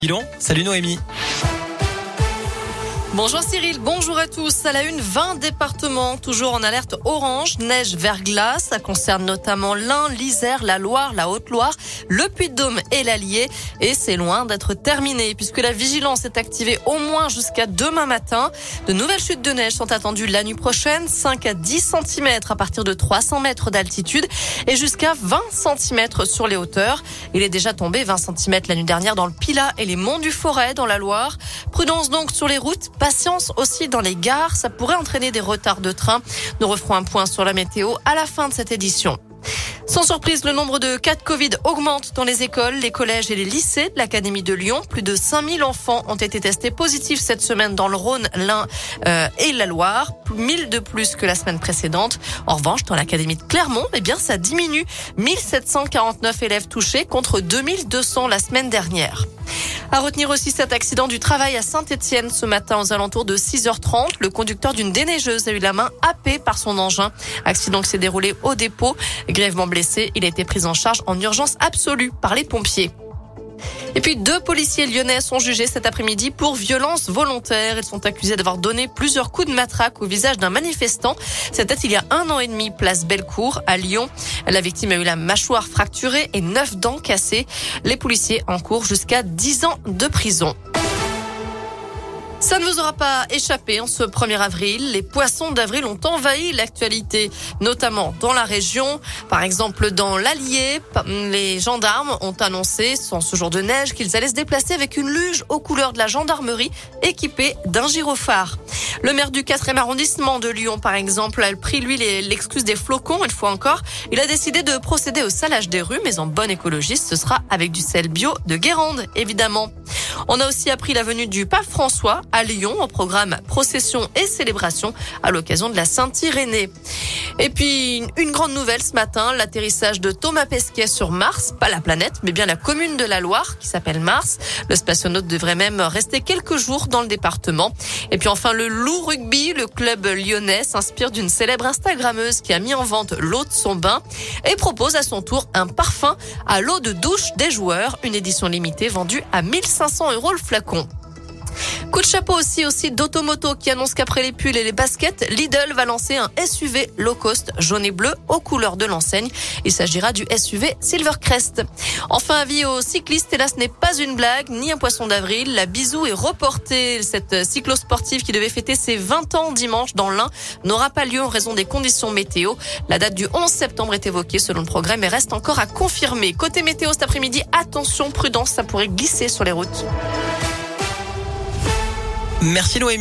Bilan, salut Noémie. Bonjour Cyril, bonjour à tous. À la une, 20 départements toujours en alerte orange, neige, verglas. Ça concerne notamment l'Ain, l'Isère, la Loire, la Haute-Loire, le Puy-de-Dôme et l'Allier. Et c'est loin d'être terminé puisque la vigilance est activée au moins jusqu'à demain matin. De nouvelles chutes de neige sont attendues la nuit prochaine, 5 à 10 cm à partir de 300 mètres d'altitude et jusqu'à 20 cm sur les hauteurs. Il est déjà tombé 20 cm la nuit dernière dans le Pilat et les monts du Forêt dans la Loire. Prudence donc sur les routes. Patience aussi dans les gares, ça pourrait entraîner des retards de train. Nous referons un point sur la météo à la fin de cette édition. Sans surprise, le nombre de cas de Covid augmente dans les écoles, les collèges et les lycées de l'Académie de Lyon. Plus de 5000 enfants ont été testés positifs cette semaine dans le Rhône, l'Ain et la Loire. 1000 de plus que la semaine précédente. En revanche, dans l'Académie de Clermont, ça diminue. 1749 élèves touchés contre 2200 la semaine dernière. À retenir aussi cet accident du travail à Saint-Étienne ce matin aux alentours de 6h30. Le conducteur d'une déneigeuse a eu la main happée par son engin. Accident qui s'est déroulé au dépôt. Grièvement blessé, il a été pris en charge en urgence absolue par les pompiers. Et puis 2 policiers lyonnais sont jugés cet après-midi pour violence volontaire. Ils sont accusés d'avoir donné plusieurs coups de matraque au visage d'un manifestant. C'était il y a 1 an et demi, place Bellecour à Lyon. La victime a eu la mâchoire fracturée et 9 dents cassées. Les policiers encourent jusqu'à 10 ans de prison. Ça ne vous aura pas échappé en ce 1er avril. Les poissons d'avril ont envahi l'actualité, notamment dans la région. Par exemple, dans l'Allier, les gendarmes ont annoncé, sans ce jour de neige, qu'ils allaient se déplacer avec une luge aux couleurs de la gendarmerie équipée d'un gyrophare. Le maire du 4e arrondissement de Lyon, par exemple, a pris, lui, l'excuse des flocons, une fois encore. Il a décidé de procéder au salage des rues, mais en bon écologiste, ce sera avec du sel bio de Guérande, évidemment. On a aussi appris la venue du pape François à Lyon au programme procession et célébration à l'occasion de la Saint-Irénée. Et puis, une grande nouvelle ce matin, l'atterrissage de Thomas Pesquet sur Mars, pas la planète, mais bien la commune de la Loire qui s'appelle Mars. Le spationaute devrait même rester quelques jours dans le département. Et puis enfin, le Loup Rugby, le club lyonnais s'inspire d'une célèbre Instagrammeuse qui a mis en vente l'eau de son bain et propose à son tour un parfum à l'eau de douche des joueurs, une édition limitée vendue à 1500 € le flacon. Coup de chapeau aussi au site d'Automoto qui annonce qu'après les pulls et les baskets, Lidl va lancer un SUV low cost jaune et bleu aux couleurs de l'enseigne. Il s'agira du SUV Silvercrest. Enfin, avis aux cyclistes, et là ce n'est pas une blague ni un poisson d'avril. La Bisou est reportée. Cette cyclosportive qui devait fêter ses 20 ans dimanche dans l'Ain n'aura pas lieu en raison des conditions météo. La date du 11 septembre est évoquée selon le progrès mais reste encore à confirmer. Côté météo cet après-midi, attention, prudence, ça pourrait glisser sur les routes. Merci Noémie.